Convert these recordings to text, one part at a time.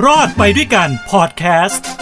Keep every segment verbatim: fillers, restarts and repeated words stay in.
รอดไปด้วยกันพอดแคสต์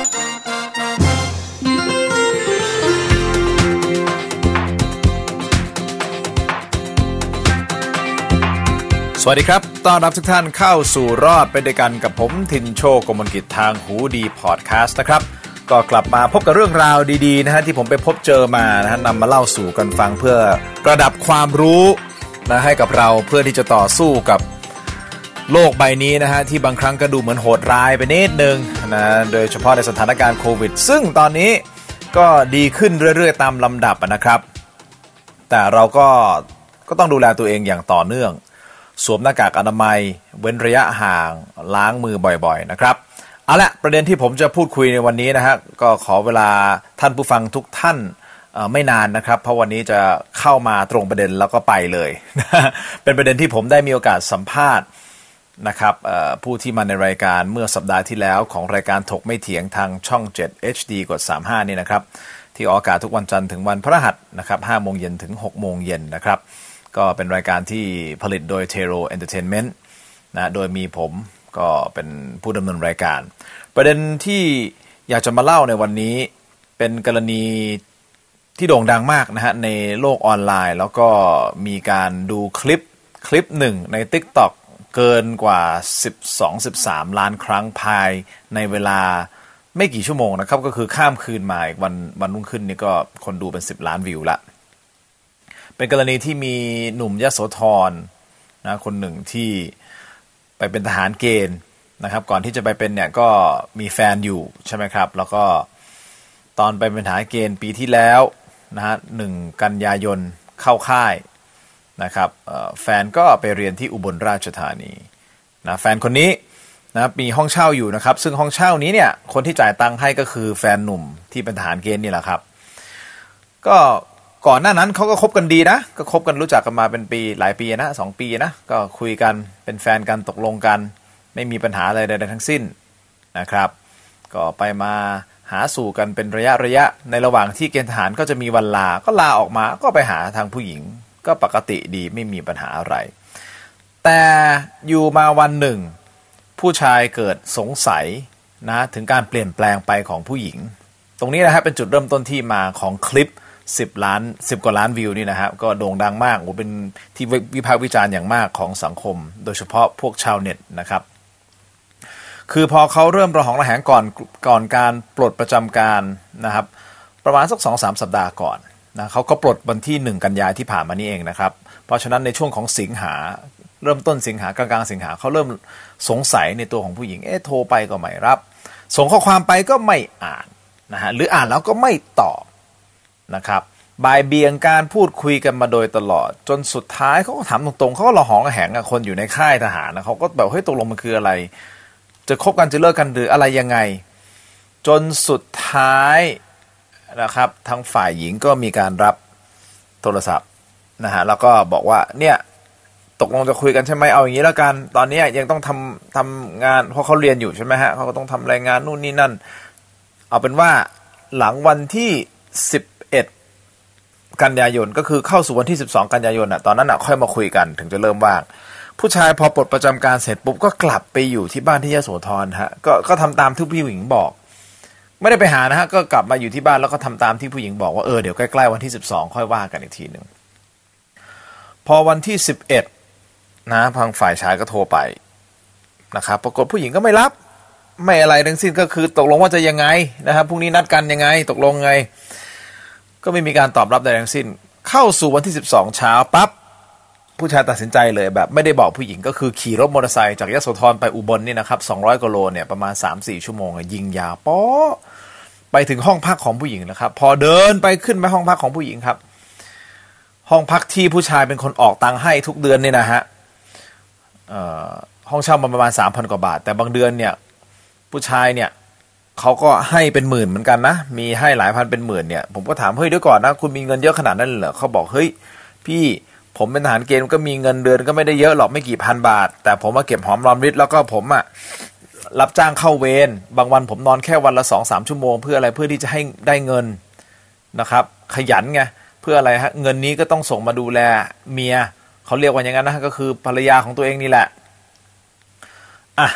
สวัสดีครับต้อนรับทุกท่านเข้าสู่รอดไปด้วยกันกับผมทินโชค กมลกิจทางหูดีพอดแคสต์นะครับก็กลับมาพบกับเรื่องราวดีๆนะฮะที่ผมไปพบเจอมานะฮะนำมาเล่าสู่กันฟังเพื่อประดับความรู้นะให้กับเราเพื่อที่จะต่อสู้กับโลกใบนี้นะฮะที่บางครั้งก็ดูเหมือนโหดร้ายไปนิดนึงนะโดยเฉพาะในสถานการณ์โควิดซึ่งตอนนี้ก็ดีขึ้นเรื่อยๆตามลำดับนะครับแต่เราก็ก็ต้องดูแลตัวเองอย่างต่อเนื่องสวมหน้ากากอนามัยเว้นระยะห่างล้างมือบ่อยๆนะครับเอาละประเด็นที่ผมจะพูดคุยในวันนี้นะฮะก็ขอเวลาท่านผู้ฟังทุกท่านไม่นานนะครับเพราะวันนี้จะเข้ามาตรงประเด็นแล้วก็ไปเลยเป็นประเด็นที่ผมได้มีโอกาสสัมภาษณ์นะครับผู้ที่มาในรายการเมื่อสัปดาห์ที่แล้วของรายการถกไม่เถียงทางช่องเจ็ด เอช ดี กดสามสิบห้านี่นะครับที่ออกอากาศทุกวันจันทร์ถึงวันพฤหัสนะครับห้าโมงเย็นถึงหกโมงเย็นนะครับก็เป็นรายการที่ผลิตโดย Tero Entertainment นะโดยมีผมก็เป็นผู้ดำเนินรายการประเด็นที่อยากจะมาเล่าในวันนี้เป็นกรณีที่โด่งดังมากนะฮะในโลกออนไลน์แล้วก็มีการดูคลิปคลิปหนึ่งใน TikTok เกินกว่า สิบสอง สิบสาม ล้านครั้งภายในเวลาไม่กี่ชั่วโมงนะครับก็คือข้ามคืนมาอีกวันวันรุ่งขึ้นนี่ก็คนดูเป็นสิบล้านวิวละเป็นกรณีที่มีหนุ่มยโสธรนะคนหนึ่งที่ไปเป็นทหารเกณฑ์นะครับก่อนที่จะไปเป็นเนี่ยก็มีแฟนอยู่ใช่ไหมครับแล้วก็ตอนไปเป็นทหารเกณฑ์ปีที่แล้วนะฮะหนึ่งกันยายนเข้าค่ายนะครับแฟนก็ไปเรียนที่อุบลราชธานีนะแฟนคนนี้นะมีห้องเช่าอยู่นะครับซึ่งห้องเช่านี้เนี่ยคนที่จ่ายตังค์ให้ก็คือแฟนหนุ่มที่เป็นทหารเกณฑ์นี่แหละครับก็ก่อนหน้านั้นเขาก็คบกันดีนะก็คบกันรู้จักกันมาเป็นปีหลายปีนะสองปีนะก็คุยกันเป็นแฟนกันตกลงกันไม่มีปัญหาอะไรใดๆทั้งสิ้นนะครับก็ไปมาหาสู่กันเป็นระยะระยะในระหว่างที่เกณฑ์ทหารก็จะมีวันลาก็ลาออกมาก็ไปหาทางผู้หญิงก็ปกติดีไม่มีปัญหาอะไรแต่อยู่มาวันหนึ่งผู้ชายเกิดสงสัยนะถึงการเปลี่ยนแปลงไปของผู้หญิงตรงนี้นะฮะเป็นจุดเริ่มต้นที่มาของคลิปสิบล้านสิบกว่าล้านวิวนี่นะครับก็โด่งดังมากโอ้เป็นที่วิพากษ์วิจารณ์อย่างมากของสังคมโดยเฉพาะพวกชาวเน็ตนะครับคือพอเขาเริ่มระหองระแหงก่อนก่อนการปลดประจำการนะครับประมาณสัก สองถึงสาม สัปดาห์ก่อนนะเขาก็ปลดวันที่หนึ่งกันยายนที่ผ่านมานี่เองนะครับเพราะฉะนั้นในช่วงของสิงหาเริ่มต้นสิงหากลางๆสิงหาเขาเริ่มสงสัยในตัวของผู้หญิงเอ๊ะโทรไปก็ไม่รับส่งข้อความไปก็ไม่อ่านนะฮะหรืออ่านแล้วก็ไม่ตอบนะครับบ่ายเบี่ยงการพูดคุยกันมาโดยตลอดจนสุดท้ายเขาก็ถามตรงๆเขาก็ระหองระแหงกับคนอยู่ในค่ายทหารนะเขาก็แบบเฮ้ยตกลงมันคืออะไรจะคบกันจะเลิกกันหรืออะไรยังไงจนสุดท้ายนะครับทางฝ่ายหญิงก็มีการรับโทรศัพท์นะฮะแล้วก็บอกว่าเนี่ยตกลงจะคุยกันใช่ไหมเอาอย่างนี้แล้วกันตอนนี้ยังต้องทำทำงานเพราะเขาเรียนอยู่ใช่ไหมฮะเขาก็ต้องทำรายงานนู่นนี่นั่นเอาเป็นว่าหลังวันที่สิบเอ็ดกันยายนก็คือเข้าสู่วันที่สิบสองกันยายนอ่ะตอนนั้นอ่ะค่อยมาคุยกันถึงจะเริ่มว่างผู้ชายพอปลดประจำการเสร็จปุ๊บก็กลับไปอยู่ที่บ้านที่ยโสธรฮะก็ก็ทำตามที่ผู้หญิงบอกไม่ได้ไปหานะฮะก็กลับมาอยู่ที่บ้านแล้วก็ทำตามที่ผู้หญิงบอกว่าเออเดี๋ยวใกล้ๆวันที่สิบสองค่อยว่ากันอีกทีนึงพอวันที่สิบเอ็ดนะทางฝ่ายชายก็โทรไปนะครับปรากฏผู้หญิงก็ไม่รับไม่อะไรทั้งสิ้นก็คือตกลงว่าจะยังไงนะครับพรุ่งนี้นัดกันยังไงตกลงไงก็ไม่มีการตอบรับใดทั้งสิ้นเข้าสู่วันที่สิบสองเช้าปั๊บผู้ชายตัดสินใจเลยแบบไม่ได้บอกผู้หญิงก็คือขี่รถมอเตอร์ไซค์จากยโสธรไปอุบลนี่นะครับสองร้อยกิโลเนี่ยประมาณ สามถึงสี่ ชั่วโมงยิงยาวป๊อไปถึงห้องพักของผู้หญิงนะครับพอเดินไปขึ้นไปห้องพักของผู้หญิงครับห้องพักที่ผู้ชายเป็นคนออกตังค์ให้ทุกเดือนนี่นะฮะเอ่อห้องเช่ามันประมาณ สามพัน กว่าบาทแต่บางเดือนเนี่ยผู้ชายเนี่ยเขาก็ให้เป็นหมื่นเหมือนกันนะมีให้หลายพันเป็นหมื่นเนี่ยผมก็ถามเฮ้ยเดี๋ยวก่อนนะคุณมีเงินเยอะขนาดนั้นเหรอเขาบอกเฮ้ยพี่ผมเป็นทหารเกณฑ์ก็มีเงินเดือนก็ไม่ได้เยอะหรอกไม่กี่พันบาทแต่ผมมาเก็บหอมรอมริบแล้วก็ผมอ่ะรับจ้างเข้าเวรบางวันผมนอนแค่วันละ สองถึงสาม ชั่วโมงเพื่ออะไรเพื่อที่จะให้ได้เงินนะครับขยันไงเพื่ออะไรฮะเงินนี้ก็ต้องส่งมาดูแลเมียเขาเรียกว่าอย่างนั้นนะก็คือภรรยาของตัวเองนี่แหละอ่ะ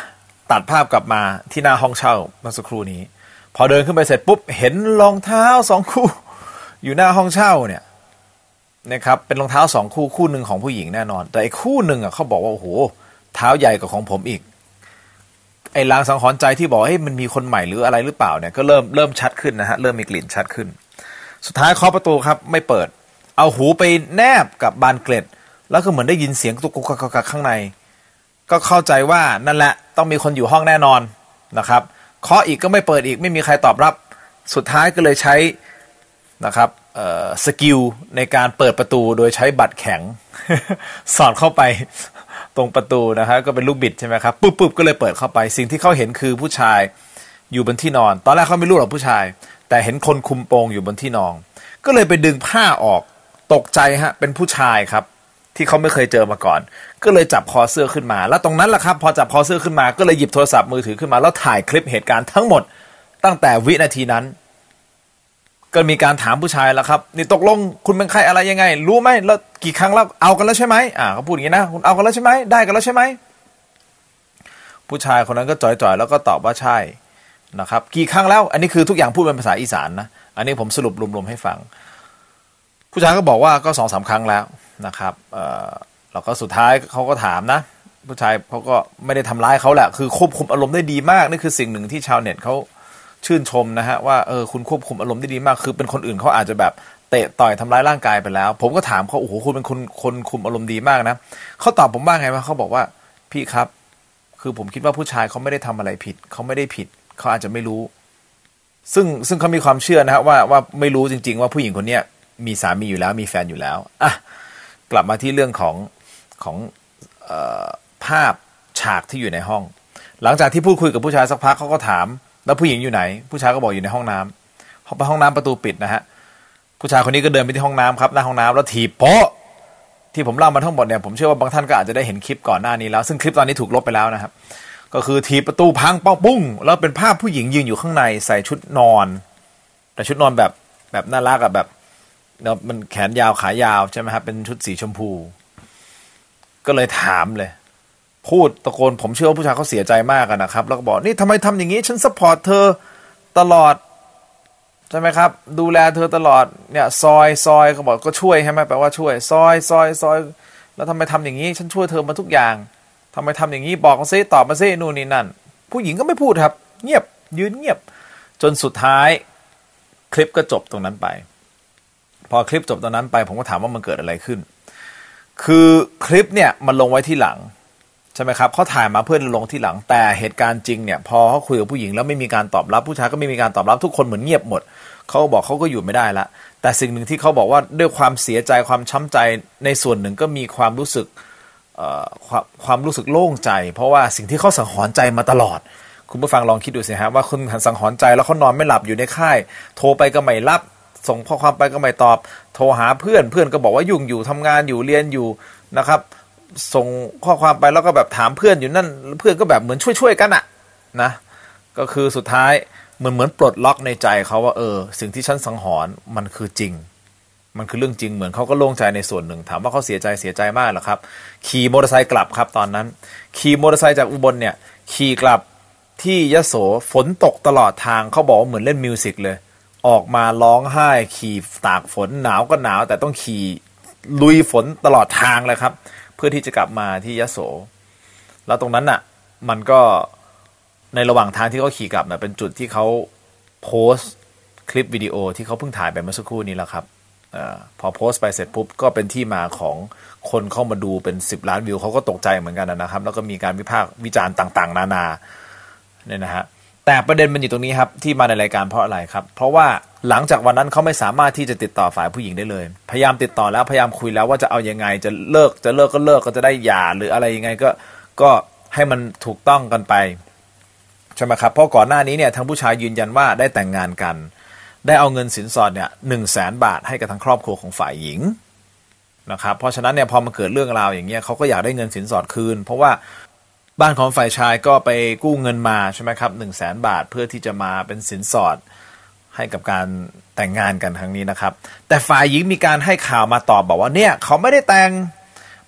ตัดภาพกลับมาที่หน้าห้องเช่าเมื่อสักครู่นี้พอเดินขึ้นไปเสร็จปุ๊บเห็นรองเท้าสองคู่อยู่หน้าห้องเช่าเนี่ยนะครับเป็นรองเท้าสองคู่คู่หนึ่งของผู้หญิงแน่นอนแต่อีกคู่หนึ่งอ่ะเขาบอกว่าโอ้โหเท้าใหญ่กว่าของผมอีกไอ้ลางสังหรณ์ใจที่บอกเฮ้ยมันมีคนใหม่หรืออะไรหรือเปล่าเนี่ยก็เริ่มเริ่มชัดขึ้นนะฮะเริ่มมีกลิ่นชัดขึ้นสุดท้ายเคาะประตูครับไม่เปิดเอาหูไปแนบกับบานเกล็ดแล้วก็เหมือนได้ยินเสียงตุกๆกักๆข้างในก็เข้าใจว่านั่นแหละต้องมีคนอยู่ห้องแน่นอนนะครับเคาะอีกก็ไม่เปิดอีกไม่มีใครตอบรับสุดท้ายก็เลยใช้นะครับสกิลในการเปิดประตูโดยใช้บัตรแข็ง สอดเข้าไปตรงประตูนะฮะก็เป็นลูกบิดใช่ไหมครับปุ๊บปุ๊บก็เลยเปิดเข้าไปสิ่งที่เขาเห็นคือผู้ชายอยู่บนที่นอนตอนแรกเขาไม่รู้หรอกผู้ชายแต่เห็นคนคุมโปงอยู่บนที่นอนก็เลยไปดึงผ้าออกตกใจฮะเป็นผู้ชายครับที่เขาไม่เคยเจอมาก่อนก็เลยจับคอเสื้อขึ้นมาแล้วตรงนั้นแหละครับพอจับคอเสื้อขึ้นมาก็เลยหยิบโทรศัพท์มือถือขึ้นมาแล้วถ่ายคลิปเหตุการณ์ทั้งหมดตั้งแต่วินาทีนั้นก็มีการถามผู้ชายแล้วครับนี่ตกลงคุณเป็นใครอะไรยังไงรู้ไหมแล้วกี่ครั้งแล้วเอากันแล้วใช่ไหมอ่าเขาพูดอย่างนี้นะคุณเอากันแล้วใช่ไหมได้กันแล้วใช่ไหมผู้ชายคนนั้นก็จ่อยๆแล้วก็ตอบว่าใช่นะครับกี่ครั้งแล้วอันนี้คือทุกอย่างพูดเป็นภาษาอีสานนะอันนี้ผมสรุปรวมๆให้ฟังผู้ชายก็บอกว่าก็สองสามครั้งแล้วนะครับเอ่อแล้วก็สุดท้ายเขาก็ถามนะผู้ชายเขาก็ไม่ได้ทำร้ายเขาแหละคือควบคุมอารมณ์ได้ดีมากนี่คือสิ่งหนึ่งที่ชาวเน็ตเขาชื่นชมนะฮะว่าเออคุณควบคุมอารมณ์ได้ดีมากคือเป็นคนอื่นเขาอาจจะแบบเตะต่อยทำร้ายร่างกายไปแล้วผมก็ถามเขาโอ้โหคุณเป็นคนคนคุมอารมณ์ดีมากนะเขาตอบผมว่าไงวะเขาบอกว่าพี่ครับคือผมคิดว่าผู้ชายเขาไม่ได้ทำอะไรผิดเขาไม่ได้ผิดเขาอาจจะไม่รู้ซึ่งซึ่งเขามีความเชื่อนะฮะว่าว่าไม่รู้จริงๆว่าผู้หญิงคนนี้มีสามีอยู่แล้วมีแฟนอยู่แล้วอ่ะกลับมาที่เรื่องของของเอ่อภาพฉากที่อยู่ในห้องหลังจากที่พูดคุยกับผู้ชายสักพักเขาก็ถามแล้วผู้หญิงอยู่ไหนผู้ชายก็บอกอยู่ในห้องน้ำพอไปห้องน้ำประตูปิดนะฮะผู้ชายคนนี้ก็เดินไปที่ห้องน้ำครับหน้าห้องน้ำแล้วถีบโป๊ะที่ผมเล่ามาทั้งหมดเนี่ยผมเชื่อว่าบางท่านก็อาจจะได้เห็นคลิปก่อนหน้านี้แล้วซึ่งคลิปตอนนี้ถูกลบไปแล้วนะครับก็คือถีบประตูพังป้องปุ้งแล้วเป็นภาพผู้หญิงยืนอยู่ข้างในใส่ชุดนอนแต่ชุดนอนแบบแบบน่ารักอะแบบเนาะมันแขนยาวขายาวใช่ไหมครับเป็นชุดสีชมพูก็เลยถามเลยพูดตะโกนผมเชื่อว่าผู้ชายเขาเสียใจมากนะครับแล้วก็บอกนี่ทำไมทำอย่างนี้ฉันซัพพอร์ตเธอตลอดใช่ไหมครับดูแลเธอตลอดเนี่ยซอยซอยเขาบอกก็ช่วยใช่ไหมแปลว่าช่วยซอยซอยซอยแล้วทำไมทำอย่างนี้ฉันช่วยเธอมาทุกอย่างทำไมทำอย่างนี้บอกมาซิตอบมาซินู่นนี่นั่นผู้หญิงก็ไม่พูดครับเงียบยืนเงียบจนสุดท้ายคลิปก็จบตรงนั้นไปพอคลิปจบตรงนั้นไปผมก็ถามว่ามันเกิดอะไรขึ้นคือคลิปเนี่ยมันลงไว้ที่หลังใช่ไหมครับเขาถ่ายมาเพื่อลงที่หลังแต่เหตุการณ์จริงเนี่ยพอเขาคุยกับผู้หญิงแล้วไม่มีการตอบรับผู้ชายก็ไม่มีการตอบรับทุกคนเหมือนเงียบหมดเขาบอกเขาก็อยู่ไม่ได้ละแต่สิ่งหนึ่งที่เขาบอกว่าด้วยความเสียใจความช้ำใจในส่วนหนึ่งก็มีความรู้สึกเอ่อความความรู้สึกโล่งใจเพราะว่าสิ่งที่เขาสังหรณ์ใจมาตลอดคุณผู้ฟังลองคิดดูสิฮะว่าคุณสังหรณ์ใจแล้วเขานอนไม่หลับอยู่ในค่ายโทรไปก็ไม่รับส่งข้อความไปก็ไม่ตอบโทรหาเพื่อนเพื่อนก็บอกว่ายุ่งอยู่ทำงานอยู่เรียนอยู่นะครับส่งข้อความไปแล้วก็แบบถามเพื่อนอยู่นั่นเพื่อนก็แบบเหมือนช่วยๆกันอะนะก็คือสุดท้ายเหมือนเหมือนปลดล็อกในใจเขาว่าเออสิ่งที่ฉันสังหรณ์มันคือจริงมันคือเรื่องจริงเหมือนเขาก็โล่งใจในส่วนหนึ่งถามว่าเขาเสียใจเสียใจมากหรอครับขี่มอเตอร์ไซค์กลับครับตอนนั้นขี่มอเตอร์ไซค์จากอุบลเนี่ยขี่กลับที่ยโสฝนตกตลอดทางเขาบอกว่าเหมือนเล่นมิวสิกเลยออกมาร้องไห้ขี่ตากฝนหนาวก็หนาวแต่ต้องขี่ลุยฝนตลอดทางเลยครับเพื่อที่จะกลับมาที่ยโสแล้วตรงนั้นน่ะมันก็ในระหว่างทางที่เขาขี่กลับน่ะเป็นจุดที่เขาโพสต์คลิปวิดีโอที่เขาเพิ่งถ่ายไปเมื่อสักครู่นี้แหละครับเอ่อพอโพสต์ไปเสร็จปุ๊บก็เป็นที่มาของคนเข้ามาดูเป็นสิบล้านวิวเขาก็ตกใจเหมือนกันนะครับแล้วก็มีการวิพากษ์วิจารณ์ต่างๆนานาเนี่ยนะฮะแต่ประเด็นมันอยู่ตรงนี้ครับที่มาในรายการเพราะอะไรครับเพราะว่าหลังจากวันนั้นเขาไม่สามารถที่จะติดต่อฝ่ายผู้หญิงได้เลยพยายามติดต่อแล้วพยายามคุยแล้วว่าจะเอายังไงจะเลิกจะเลิกก็เลิกก็จะได้หย่าหรืออะไรยังไงก็ก็ให้มันถูกต้องกันไปใช่ไหมครับเพราะก่อนหน้านี้เนี่ยทางผู้ชายยืนยันว่าได้แต่งงานกันได้เอาเงินสินสอดเนี่ยหนึ่งแสนบาทให้กับทางครอบครัวของฝ่ายหญิงนะครับเพราะฉะนั้นเนี่ยพอมันเกิดเรื่องราวอย่างเงี้ยเขาก็อยากได้เงินสินสอดคืนเพราะว่าบ้านของฝ่ายชายก็ไปกู้เงินมาใช่ไหมครับหนึ่งแสนบาทเพื่อที่จะมาเป็นสินสอดให้กับการแต่งงานกันครั้งนี้นะครับแต่ฝ่ายหญิงมีการให้ข่าวมาตอบบอกว่าเนี่ยเขาไม่ได้แต่ง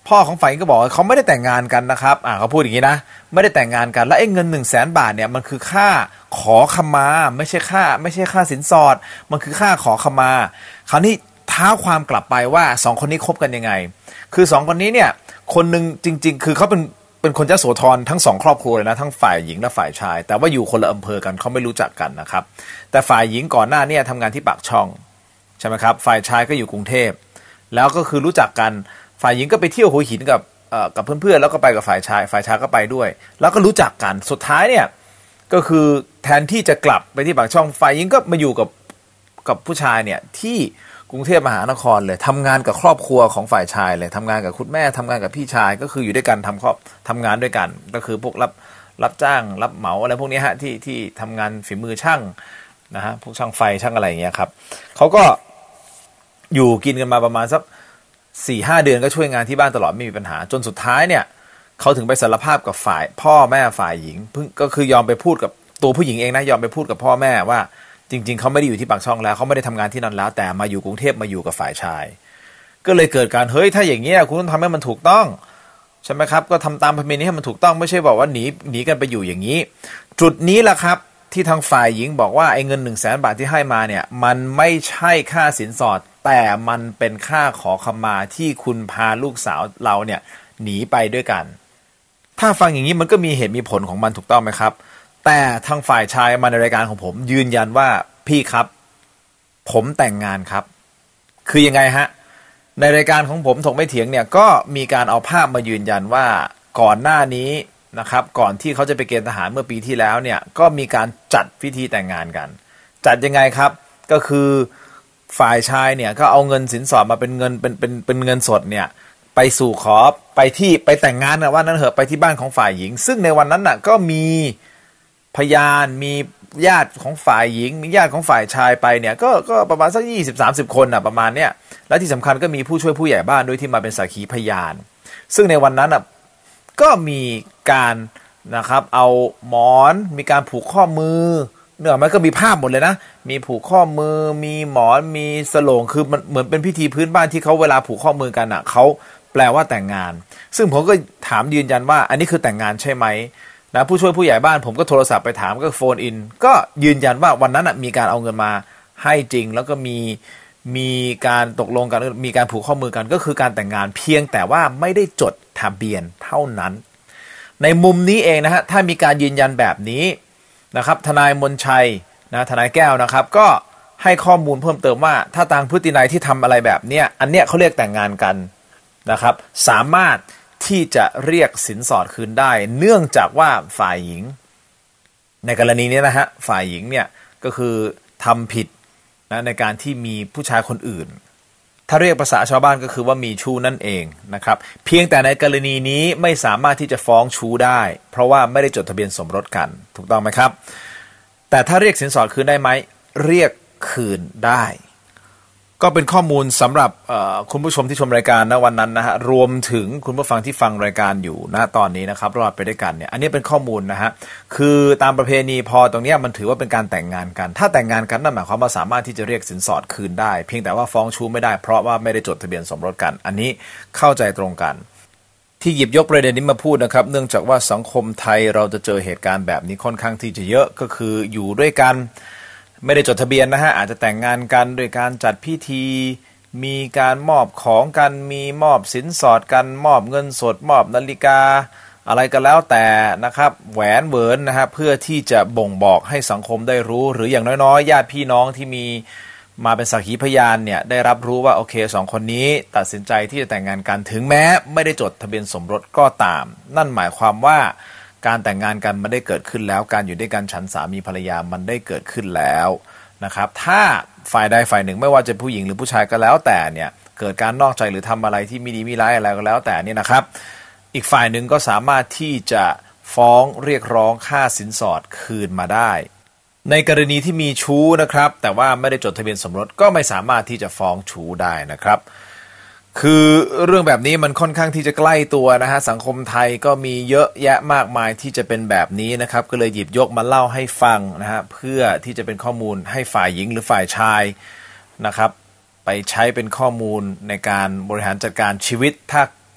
พ่อของฝ่ายหญิงก็บอกว่าเขาไม่ได้แต่งงานกันนะครับอ่าเขาพูดอย่างนี้นะไม่ได้แต่งงานกันแล้วไอ้เงินหนึ่งแสนบาทเนี่ยมันคือค่าขอขมาไม่ใช่ค่าไม่ใช่ค่าสินสอดมันคือค่าขอขมาคราวนี้ท้าความกลับไปว่าสองคนนี้คบกันยังไงคือสองคนนี้เนี่ยคนนึงจริงๆคือเขาเป็นเป็นคนยโสธรทั้งสองครอบครัวเลยนะทั้งฝ่ายหญิงและฝ่ายชายแต่ว่าอยู่คนละอำเภอกันเขาไม่รู้จักกันนะครับแต่ฝ่ายหญิงก่อนหน้านี้ทำงานที่ปากช่องใช่ไหมครับฝ่ายชายก็อยู่กรุงเทพแล้วก็คือรู้จักกันฝ่ายหญิงก็ไปเที่ยวหัวหินกับเอ่อกับเพื่อนๆแล้วก็ไปกับฝ่ายชายฝ่ายชายก็ไปด้วยแล้วก็รู้จักกันสุดท้ายเนี่ยก็คือแทนที่จะกลับไปที่ปากช่องฝ่ายหญิงก็มาอยู่กับกับผู้ชายเนี่ยที่กรุงเทพมหานครเลยทำงานกับครอบครัวของฝ่ายชายเลยทำงานกับคุณแม่ทำงานกับพี่ชายก็คืออยู่ด้วยกันทำครอบทำงานด้วยกันก็คือพวกรับรับจ้างรับเหมาอะไรพวกนี้ฮะที่ที่ทำงานฝีมือช่างนะฮะพวกช่างไฟช่างอะไรอย่างเงี้ยครับเขาก็อยู่กินกันมาประมาณสักสี่ห้าเดือนก็ช่วยงานที่บ้านตลอดไม่มีปัญหาจนสุดท้ายเนี่ยเขาถึงไปสารภาพกับฝ่ายพ่อแม่ฝ่ายหญิงเพิ่งก็คือยอมไปพูดกับตัวผู้หญิงเองนะยอมไปพูดกับพ่อแม่ว่าจริงๆเขาไม่ได้อยู่ที่ปากช่องแล้วเขาไม่ได้ทำงานที่นั่นแล้วแต่มาอยู่กรุงเทพมาอยู่กับฝ่ายชายก็เลยเกิดการเฮ้ยถ้าอย่างเงี้ยคุณต้องทำให้มันถูกต้องใช่ไหมครับก็ทำตามประเพณีให้มันถูกต้องไม่ใช่บอกว่าหนีหนีกันไปอยู่อย่างนี้จุดนี้แหละครับที่ทางฝ่ายหญิงบอกว่าไอ้เงินหนึ่งแสนบาทที่ให้มาเนี่ยมันไม่ใช่ค่าสินสอดแต่มันเป็นค่าขอขมาที่คุณพาลูกสาวเราเนี่ยหนีไปด้วยกันถ้าฟังอย่างนี้มันก็มีเหตุมีผลของมันถูกต้องไหมครับแต่ทางฝ่ายชายมาในรายการของผมยืนยันว่าพี่ครับผมแต่งงานครับคือยังไงฮะในรายการของผมถกไม่เถียงเนี่ยก็มีการเอาภาพมายืนยันว่าก่อนหน้านี้นะครับก่อนที่เขาจะไปเกณฑ์ทหารเมื่อปีที่แล้วเนี่ยก็มีการจัดพิธีแต่งงานกันจัดยังไงครับก็คือฝ่ายชายเนี่ยก็เอาเงินสินสอดมาเป็นเงินเป็นเป็นเป็นเงินสดเนี่ยไปสู่ขอไปที่ไปแต่งงานนะว่านั้นเหอะไปที่บ้านของฝ่ายหญิงซึ่งในวันนั้นน่ะก็มีพยานมีญาติของฝ่ายหญิงมีญาติของฝ่ายชายไปเนี่ยก็ก็ประมาณสักยี่สิบ สามสิบคนน่ะประมาณเนี้ยและที่สำคัญก็มีผู้ช่วยผู้ใหญ่บ้านด้วยที่มาเป็นสักขีพยานซึ่งในวันนั้นน่ะก็มีการนะครับเอาหมอนมีการผูกข้อมือเนื้อมันก็มีภาพหมดเลยนะมีผูกข้อมือมีหมอนมีสโลงคือมันเหมือนเป็นพิธีพื้นบ้านที่เขาเวลาผูกข้อมือกันอ่ะเขาแปลว่าแต่งงานซึ่งผมก็ถามยืนยันว่าอันนี้คือแต่งงานใช่ไหมนะผู้ช่วยผู้ใหญ่บ้านผมก็โทรศัพท์ไปถามก็โฟนอินก็ยืนยันว่าวันนั้นมีการเอาเงินมาให้จริงแล้วก็มีมีการตกลงกันมีการผูกข้อมือกันก็คือการแต่งงานเพียงแต่ว่าไม่ได้จดทะเบียนเท่านั้นในมุมนี้เองนะฮะถ้ามีการยืนยันแบบนี้นะครับทนายมนชัยนะทนายแก้วนะครับก็ให้ข้อมูลเพิ่มเติมว่าถ้าทางพฤตินัยที่ทำอะไรแบบเนี้ยอันเนี้ยเขาเรียกแต่งงานกันนะครับสามารถที่จะเรียกสินสอดคืนได้เนื่องจากว่าฝ่ายหญิงในกรณีนี้นะฮะฝ่ายหญิงเนี่ยก็คือทำผิดนะในการที่มีผู้ชายคนอื่นถ้าเรียกภาษาชาวบ้านก็คือว่ามีชู้นั่นเองนะครับเพียงแต่ในกรณีนี้ไม่สามารถที่จะฟ้องชู้ได้เพราะว่าไม่ได้จดทะเบียนสมรสกันถูกต้องไหมครับแต่ถ้าเรียกสินสอดคืนได้ไหมเรียกคืนได้ก็เป็นข้อมูลสำหรับคุณผู้ชมที่ชมรายการณวันนั้นนะฮะรวมถึงคุณผู้ฟังที่ฟังรายการอยู่ณตอนนี้นะครับรอดไปด้วยกันเนี่ยอันนี้เป็นข้อมูลนะฮะคือตามประเพณีพอตรงนี้มันถือว่าเป็นการแต่งงานกันถ้าแต่งงานกันนั่นหมายความว่าสามารถที่จะเรียกสินสอดคืนได้เพียงแต่ว่าฟ้องชู้ไม่ได้เพราะว่าไม่ได้จดทะเบียนสมรสกันอันนี้เข้าใจตรงกันที่หยิบยกประเด็นนี้มาพูดนะครับเนื่องจากว่าสังคมไทยเราจะเจอเหตุการณ์แบบนี้ค่อนข้างที่จะเยอะก็คืออยู่ด้วยกันไม่ได้จดทะเบียนนะฮะอาจจะแต่งงานกันโดยการจัดพิธีมีการมอบของกันมีมอบสินสอดกันมอบเงินสดมอบนาฬิกาอะไรก็แล้วแต่นะครับแหวนเวิร์นนะฮะเพื่อที่จะบ่งบอกให้สังคมได้รู้หรืออย่างน้อยๆญาติพี่น้องที่มีมาเป็นสักขีพยานเนี่ยได้รับรู้ว่าโอเคสองคนนี้ตัดสินใจที่จะแต่งงานกันถึงแม้ไม่ได้จดทะเบียนสมรสก็ตามนั่นหมายความว่าการแต่งงานกันมันได้เกิดขึ้นแล้วการอยู่ด้วยกันฉันสามีภรรยามันได้เกิดขึ้นแล้วนะครับถ้าฝ่ายใดฝ่ายหนึ่งไม่ว่าจะผู้หญิงหรือผู้ชายก็แล้วแต่เนี่ยเกิดการนอกใจหรือทำอะไรที่ไม่ดีไม่ร้ายอะไรก็แล้วแต่นี่นะครับอีกฝ่ายหนึ่งก็สามารถที่จะฟ้องเรียกร้องค่าสินสอดคืนมาได้ในกรณีที่มีชู้นะครับแต่ว่าไม่ได้จดทะเบียนสมรสก็ไม่สามารถที่จะฟ้องชู้ได้นะครับคือเรื่องแบบนี้มันค่อนข้างที่จะใกล้ตัวนะฮะสังคมไทยก็มีเยอะแยะมากมายที่จะเป็นแบบนี้นะครับก็เลยหยิบยกมาเล่าให้ฟังนะฮะเพื่อที่จะเป็นข้อมูลให้ฝ่ายหญิงหรือฝ่ายชายนะครับไปใช้เป็นข้อมูลในการบริหารจัดการชีวิตถ้า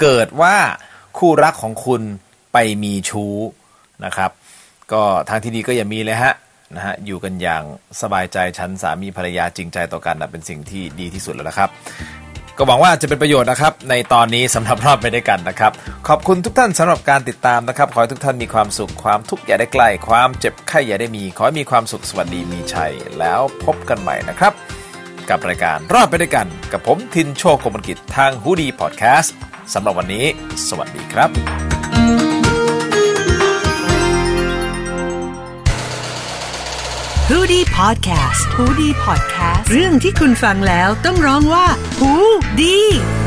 เกิดว่าคู่รักของคุณไปมีชู้นะครับก็ทางที่ดีก็อย่ามีเลยฮะนะฮะอยู่กันอย่างสบายใจฉันสามีภรรยาจริงใจต่อกันนะเป็นสิ่งที่ดีที่สุดแล้วนะครับก็หวังว่าจะเป็นประโยชน์นะครับในตอนนี้สำหรับรอบไปด้วยกันนะครับขอบคุณทุกท่านสำหรับการติดตามนะครับขอให้ทุกท่านมีความสุขความทุกข์อย่าได้ใกล้ความเจ็บไข้อย่าได้มีขอให้มีความสุขสวัสดีมีชัยแล้วพบกันใหม่นะครับกับรายการรอบไปด้วยกันกับผมทินโชค กมลกิจทางฮูดีพอดแคสต์สำหรับวันนี้สวัสดีครับฮูดี้พอดแคสต์ฮูดี้พอดแคสต์เรื่องที่คุณฟังแล้วต้องร้องว่าฮูดี